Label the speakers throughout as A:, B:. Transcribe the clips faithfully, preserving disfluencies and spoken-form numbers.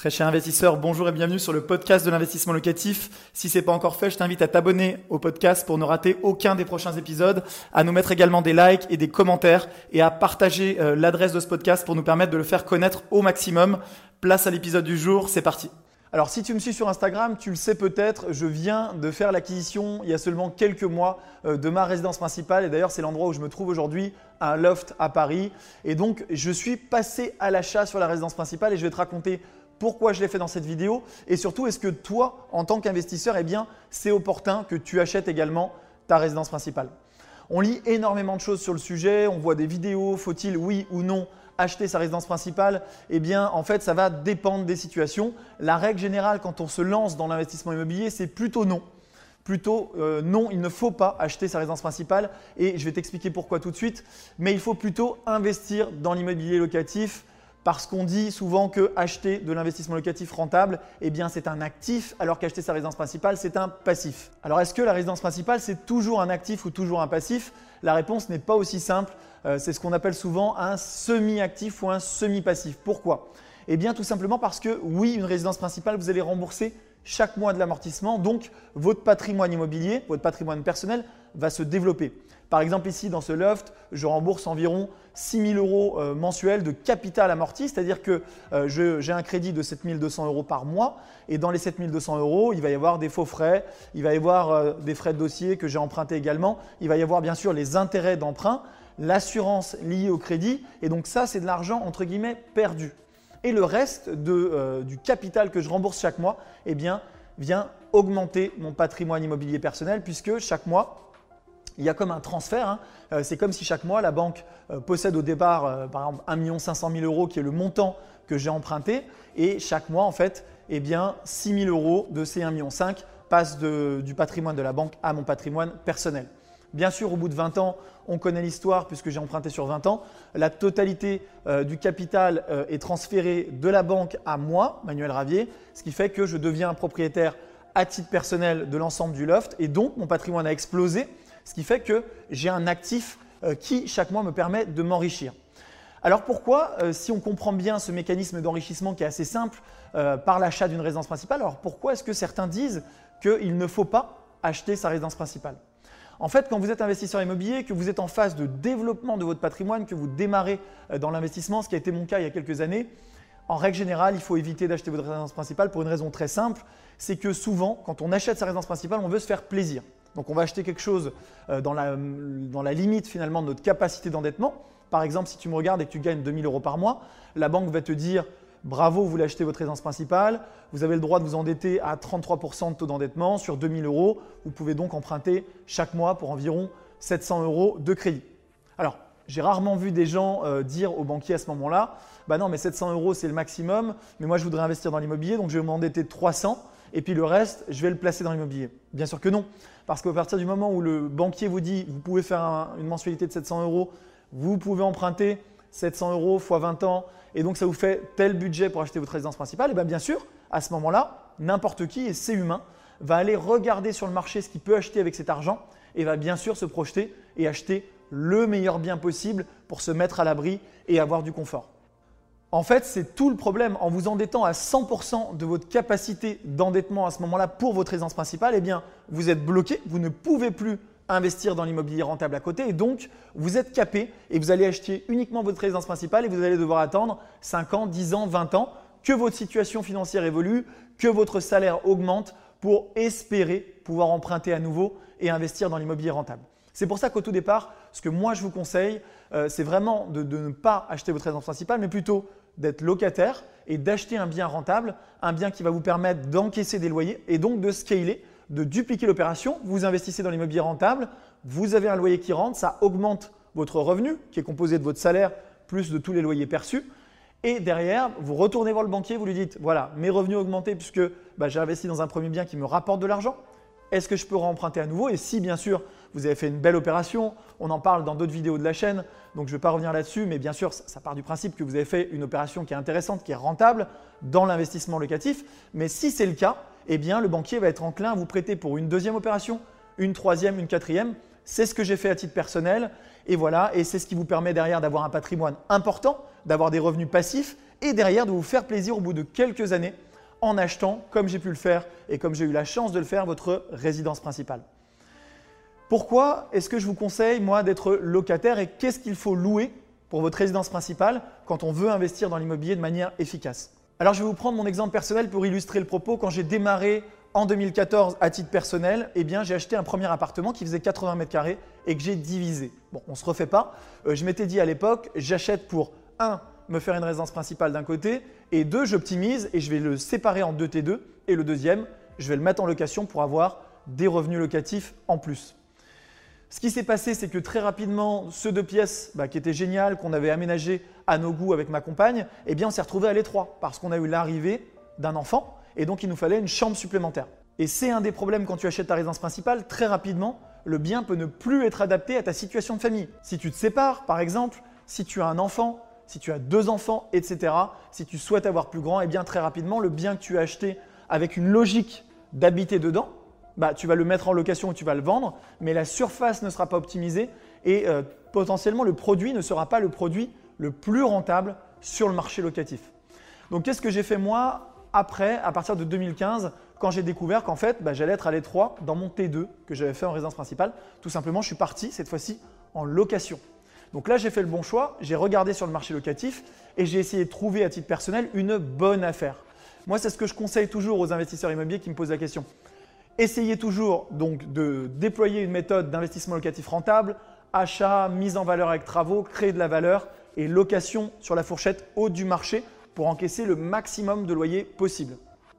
A: Très cher investisseur, bonjour et bienvenue sur le podcast de l'investissement locatif. Si ce n'est pas encore fait, je t'invite à t'abonner au podcast pour ne rater aucun des prochains épisodes, à nous mettre également des likes et des commentaires et à partager euh, l'adresse de ce podcast pour nous permettre de le faire connaître au maximum. Place à l'épisode du jour, c'est parti. Alors si tu me suis sur Instagram, tu le sais peut-être, je viens de faire l'acquisition il y a seulement quelques mois euh, de ma résidence principale et d'ailleurs c'est l'endroit où je me trouve aujourd'hui, un loft à Paris. Et donc je suis passé à l'achat sur la résidence principale et je vais te raconter pourquoi je l'ai fait dans cette vidéo et surtout est-ce que toi en tant qu'investisseur, eh bien c'est opportun que tu achètes également ta résidence principale. On lit énormément de choses sur le sujet, on voit des vidéos, faut-il oui ou non acheter sa résidence principale? Eh bien, en fait, ça va dépendre des situations. La règle générale, quand on se lance dans l'investissement immobilier, c'est plutôt non. Plutôt euh, non, il ne faut pas acheter sa résidence principale et je vais t'expliquer pourquoi tout de suite. Mais il faut plutôt investir dans l'immobilier locatif parce qu'on dit souvent que acheter de l'investissement locatif rentable, eh bien, c'est un actif alors qu'acheter sa résidence principale, c'est un passif. Alors, est-ce que la résidence principale, c'est toujours un actif ou toujours un passif? La réponse n'est pas aussi simple. Euh, c'est ce qu'on appelle souvent un semi-actif ou un semi-passif. Pourquoi? Eh bien, tout simplement parce que oui, une résidence principale, vous allez rembourser chaque mois de l'amortissement. Donc, votre patrimoine immobilier, votre patrimoine personnel va se développer. Par exemple, ici, dans ce loft, je rembourse environ six mille euros euh, mensuels de capital amorti, c'est-à-dire que euh, j'ai un crédit de sept mille deux cents euros par mois et dans les sept mille deux cents euros, il va y avoir des faux frais, il va y avoir euh, des frais de dossier que j'ai empruntés également, il va y avoir bien sûr les intérêts d'emprunt, l'assurance liée au crédit et donc ça, c'est de l'argent entre guillemets perdu. Et le reste de, euh, du capital que je rembourse chaque mois, eh bien, vient augmenter mon patrimoine immobilier personnel puisque chaque mois, il y a comme un transfert. Hein. Euh, c'est comme si chaque mois, la banque euh, possède au départ, euh, par exemple, un million cinq cent mille euros qui est le montant que j'ai emprunté. Et chaque mois, en fait, eh bien, six mille euros de ces un virgule cinq million passent de, du patrimoine de la banque à mon patrimoine personnel. Bien sûr, au bout de vingt ans, on connaît l'histoire puisque j'ai emprunté sur vingt ans. La totalité euh, du capital euh, est transférée de la banque à moi, Manuel Ravier, ce qui fait que je deviens un propriétaire à titre personnel de l'ensemble du loft et donc mon patrimoine a explosé. Ce qui fait que j'ai un actif qui, chaque mois, me permet de m'enrichir. Alors pourquoi, si on comprend bien ce mécanisme d'enrichissement qui est assez simple euh, par l'achat d'une résidence principale, alors pourquoi est-ce que certains disent qu'il ne faut pas acheter sa résidence principale? En fait, quand vous êtes investisseur immobilier, que vous êtes en phase de développement de votre patrimoine, que vous démarrez dans l'investissement, ce qui a été mon cas il y a quelques années, en règle générale, il faut éviter d'acheter votre résidence principale pour une raison très simple, c'est que souvent, quand on achète sa résidence principale, on veut se faire plaisir. Donc, on va acheter quelque chose dans la, dans la limite finalement de notre capacité d'endettement. Par exemple, si tu me regardes et que tu gagnes deux mille euros par mois, la banque va te dire « Bravo, vous voulez acheter votre résidence principale, vous avez le droit de vous endetter à trente-trois pour cent de taux d'endettement sur deux mille euros. Vous pouvez donc emprunter chaque mois pour environ sept cents euros de crédit. » Alors, j'ai rarement vu des gens euh, dire aux banquiers à ce moment-là « Bah non, mais sept cents euros, c'est le maximum, mais moi, je voudrais investir dans l'immobilier, donc je vais m'endetter de trois cents et puis le reste, je vais le placer dans l'immobilier. » Bien sûr que non. Parce qu'à partir du moment où le banquier vous dit vous pouvez faire un, une mensualité de sept cents euros, vous pouvez emprunter sept cents euros fois vingt ans et donc ça vous fait tel budget pour acheter votre résidence principale, et bien, bien sûr, à ce moment-là, n'importe qui, et c'est humain, va aller regarder sur le marché ce qu'il peut acheter avec cet argent et va bien sûr se projeter et acheter le meilleur bien possible pour se mettre à l'abri et avoir du confort. En fait, c'est tout le problème. En vous endettant à cent pour cent de votre capacité d'endettement à ce moment-là pour votre résidence principale, eh bien, vous êtes bloqué, vous ne pouvez plus investir dans l'immobilier rentable à côté et donc vous êtes capé et vous allez acheter uniquement votre résidence principale et vous allez devoir attendre cinq ans, dix ans, vingt ans que votre situation financière évolue, que votre salaire augmente pour espérer pouvoir emprunter à nouveau et investir dans l'immobilier rentable. C'est pour ça qu'au tout départ, ce que moi je vous conseille, euh, c'est vraiment de, de ne pas acheter votre résidence principale, mais plutôt d'être locataire et d'acheter un bien rentable, un bien qui va vous permettre d'encaisser des loyers et donc de scaler, de dupliquer l'opération. Vous investissez dans l'immobilier rentable, vous avez un loyer qui rentre, ça augmente votre revenu qui est composé de votre salaire plus de tous les loyers perçus. Et derrière, vous retournez voir le banquier, vous lui dites « Voilà, mes revenus ont augmenté puisque bah, j'ai investi dans un premier bien qui me rapporte de l'argent. Est-ce que je peux remprunter à nouveau ?» Et si bien sûr, vous avez fait une belle opération, on en parle dans d'autres vidéos de la chaîne, donc je ne vais pas revenir là-dessus, mais bien sûr, ça part du principe que vous avez fait une opération qui est intéressante, qui est rentable dans l'investissement locatif. Mais si c'est le cas, eh bien, le banquier va être enclin à vous prêter pour une deuxième opération, une troisième, une quatrième, C'est ce que j'ai fait à titre personnel et voilà, et c'est ce qui vous permet derrière d'avoir un patrimoine important, d'avoir des revenus passifs et derrière de vous faire plaisir au bout de quelques années en achetant, comme j'ai pu le faire et comme j'ai eu la chance de le faire, votre résidence principale. Pourquoi est-ce que je vous conseille, moi, d'être locataire et qu'est-ce qu'il faut louer pour votre résidence principale quand on veut investir dans l'immobilier de manière efficace? Alors, je vais vous prendre mon exemple personnel pour illustrer le propos. Quand j'ai démarré en deux mille quatorze à titre personnel, eh bien, j'ai acheté un premier appartement qui faisait quatre-vingts mètres carrés et que j'ai divisé. Bon, on ne se refait pas. Euh, je m'étais dit à l'époque, j'achète pour un, me faire une résidence principale d'un côté et deux, j'optimise et je vais le séparer en deux T deux et le deuxième, je vais le mettre en location pour avoir des revenus locatifs en plus. Ce qui s'est passé, c'est que très rapidement, ce deux pièces bah, qui était génial, qu'on avait aménagé à nos goûts avec ma compagne, eh bien, on s'est retrouvé à l'étroit parce qu'on a eu l'arrivée d'un enfant et donc il nous fallait une chambre supplémentaire. Et c'est un des problèmes quand tu achètes ta résidence principale, très rapidement, le bien peut ne plus être adapté à ta situation de famille. Si tu te sépares, par exemple, si tu as un enfant, si tu as deux enfants, et cetera, si tu souhaites avoir plus grand, eh bien, très rapidement, le bien que tu as acheté avec une logique d'habiter dedans, bah, tu vas le mettre en location ou tu vas le vendre, mais la surface ne sera pas optimisée et euh, potentiellement le produit ne sera pas le produit le plus rentable sur le marché locatif. Donc, qu'est-ce que j'ai fait moi après, à partir de deux mille quinze, quand j'ai découvert qu'en fait, bah, j'allais être à l'étroit dans mon T deux que j'avais fait en résidence principale? Tout simplement, je suis parti cette fois-ci en location. Donc là, j'ai fait le bon choix, j'ai regardé sur le marché locatif et j'ai essayé de trouver à titre personnel une bonne affaire. Moi, c'est ce que je conseille toujours aux investisseurs immobiliers qui me posent la question. Essayez toujours donc de déployer une méthode d'investissement locatif rentable, achat, mise en valeur avec travaux, créer de la valeur et location sur la fourchette haute du marché pour encaisser le maximum de loyers possible.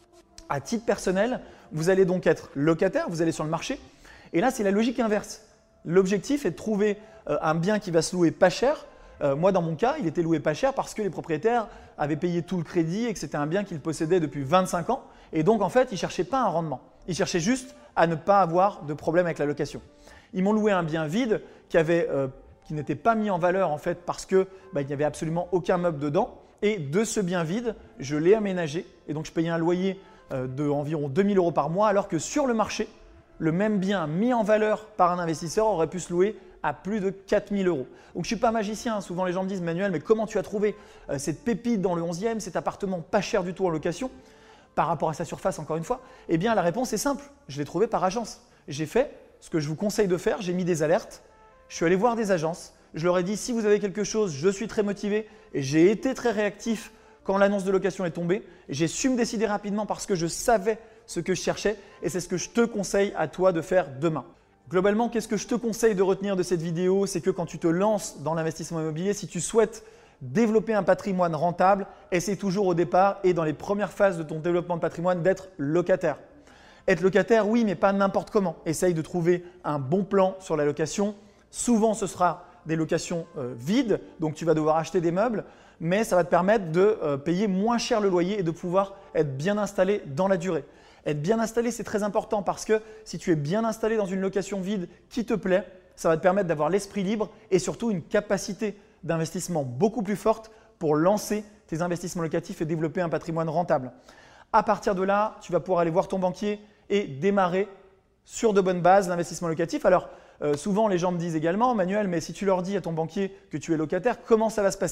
A: À titre personnel, vous allez donc être locataire, vous allez sur le marché et là, c'est la logique inverse. L'objectif est de trouver euh, un bien qui va se louer pas cher. Euh, moi, dans mon cas, il était loué pas cher parce que les propriétaires avaient payé tout le crédit et que c'était un bien qu'ils possédaient depuis vingt-cinq ans. Et donc, en fait, ils ne cherchaient pas un rendement. Ils cherchaient juste à ne pas avoir de problème avec la location. Ils m'ont loué un bien vide qui, avait, euh, qui n'était pas mis en valeur en fait parce qu'il bah, n'y avait absolument aucun meuble dedans. Et de ce bien vide, je l'ai aménagé. Et donc, je payais un loyer euh, d'environ deux mille euros par mois alors que sur le marché, le même bien mis en valeur par un investisseur aurait pu se louer à plus de quatre mille euros. Donc, je ne suis pas magicien. Souvent, les gens me disent « Manuel, mais comment tu as trouvé euh, cette pépite dans le onzième, cet appartement pas cher du tout en location ?» Par rapport à sa surface, encore une fois, eh bien, la réponse est simple. Je l'ai trouvé par agence. J'ai fait ce que je vous conseille de faire. J'ai mis des alertes. Je suis allé voir des agences. Je leur ai dit « Si vous avez quelque chose, je suis très motivé. » Et j'ai été très réactif quand l'annonce de location est tombée. J'ai su me décider rapidement parce que je savais ce que je cherchais et c'est ce que je te conseille à toi de faire demain. Globalement, qu'est-ce que je te conseille de retenir de cette vidéo? C'est que quand tu te lances dans l'investissement immobilier, si tu souhaites développer un patrimoine rentable, essaie toujours au départ et dans les premières phases de ton développement de patrimoine d'être locataire. Être locataire, oui, mais pas n'importe comment. Essaye de trouver un bon plan sur la location. Souvent, ce sera des locations euh, vides, donc tu vas devoir acheter des meubles, mais ça va te permettre de euh, payer moins cher le loyer et de pouvoir être bien installé dans la durée. Être bien installé, c'est très important parce que si tu es bien installé dans une location vide qui te plaît, ça va te permettre d'avoir l'esprit libre et surtout une capacité d'investissement beaucoup plus forte pour lancer tes investissements locatifs et développer un patrimoine rentable. À partir de là, tu vas pouvoir aller voir ton banquier et démarrer sur de bonnes bases l'investissement locatif. Alors, euh, souvent, les gens me disent également « Manuel, mais si tu leur dis à ton banquier que tu es locataire, comment ça va se passer ?»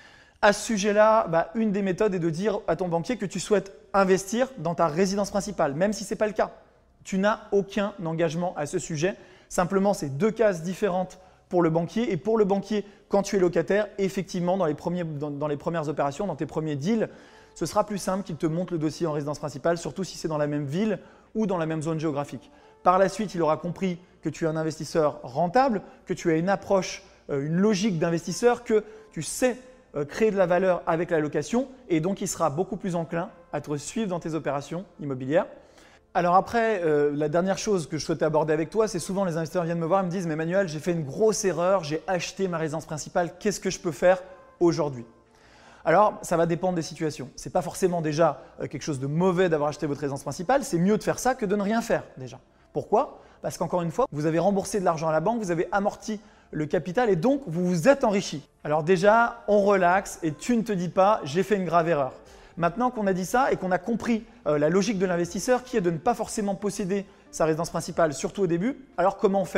A: À ce sujet-là, bah, une des méthodes est de dire à ton banquier que tu souhaites investir dans ta résidence principale, même si ce n'est pas le cas. Tu n'as aucun engagement à ce sujet. Simplement, c'est deux cases différentes pour le banquier. Et pour le banquier, quand tu es locataire, effectivement, dans les, premiers, dans, dans les premières opérations, dans tes premiers deals, ce sera plus simple qu'il te monte le dossier en résidence principale, surtout si c'est dans la même ville ou dans la même zone géographique. Par la suite, il aura compris que tu es un investisseur rentable, que tu as une approche, une logique d'investisseur, que tu sais créer de la valeur avec la location et donc il sera beaucoup plus enclin à te suivre dans tes opérations immobilières. Alors après, euh, la dernière chose que je souhaitais aborder avec toi, c'est souvent les investisseurs viennent me voir et me disent « Mais Manuel, j'ai fait une grosse erreur, j'ai acheté ma résidence principale, qu'est-ce que je peux faire aujourd'hui ?» Alors, ça va dépendre des situations. Ce n'est pas forcément déjà quelque chose de mauvais d'avoir acheté votre résidence principale, c'est mieux de faire ça que de ne rien faire déjà. Pourquoi? Parce qu'encore une fois, vous avez remboursé de l'argent à la banque, vous avez amorti le capital et donc vous vous êtes enrichi. Alors déjà, on relaxe et tu ne te dis pas « j'ai fait une grave erreur ». Maintenant qu'on a dit ça et qu'on a compris euh, la logique de l'investisseur qui est de ne pas forcément posséder sa résidence principale, surtout au début, alors comment on fait?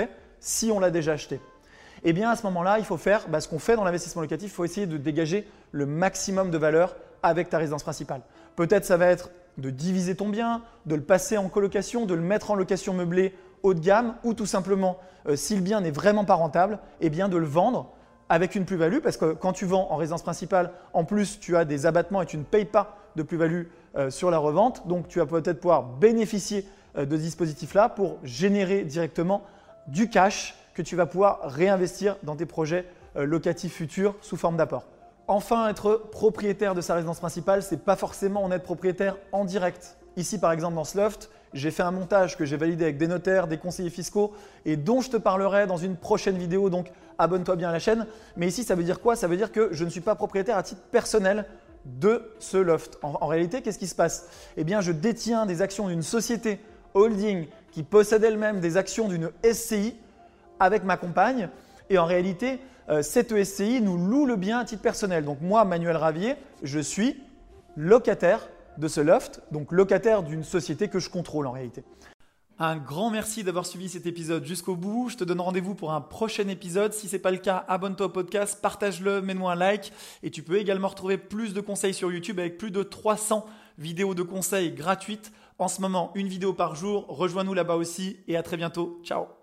A: si on l'a déjà acheté. Eh bien, à ce moment-là, il faut faire bah, ce qu'on fait dans l'investissement locatif, il faut essayer de dégager le maximum de valeur avec ta résidence principale. Peut-être ça va être de diviser ton bien, de le passer en colocation, de le mettre en location meublée haut de gamme ou tout simplement, euh, si le bien n'est vraiment pas rentable, eh bien de le vendre avec une plus-value parce que quand tu vends en résidence principale, en plus tu as des abattements et tu ne payes pas de plus-value euh, sur la revente. Donc tu vas peut-être pouvoir bénéficier euh, de ce dispositif-là pour générer directement du cash que tu vas pouvoir réinvestir dans tes projets euh, locatifs futurs sous forme d'apport. Enfin, être propriétaire de sa résidence principale, ce n'est pas forcément en être propriétaire en direct. Ici, par exemple, dans ce loft, j'ai fait un montage que j'ai validé avec des notaires, des conseillers fiscaux et dont je te parlerai dans une prochaine vidéo. Donc, abonne-toi bien à la chaîne. Mais ici, ça veut dire quoi? Ça veut dire que je ne suis pas propriétaire à titre personnel de ce loft. En, en réalité, qu'est-ce qui se passe? Eh bien, je détiens des actions d'une société holding qui possède elle-même des actions d'une S C I avec ma compagne. Et en réalité, euh, cette S C I nous loue le bien à titre personnel. Donc moi, Manuel Ravier, je suis locataire de ce loft, donc locataire d'une société que je contrôle en réalité. Un grand merci d'avoir suivi cet épisode jusqu'au bout. Je te donne rendez-vous pour un prochain épisode. Si ce n'est pas le cas, abonne-toi au podcast, partage-le, mets-moi un like. Et tu peux également retrouver plus de conseils sur YouTube avec plus de trois cents vidéos de conseils gratuites. En ce moment, une vidéo par jour. Rejoins-nous là-bas aussi et à très bientôt. Ciao.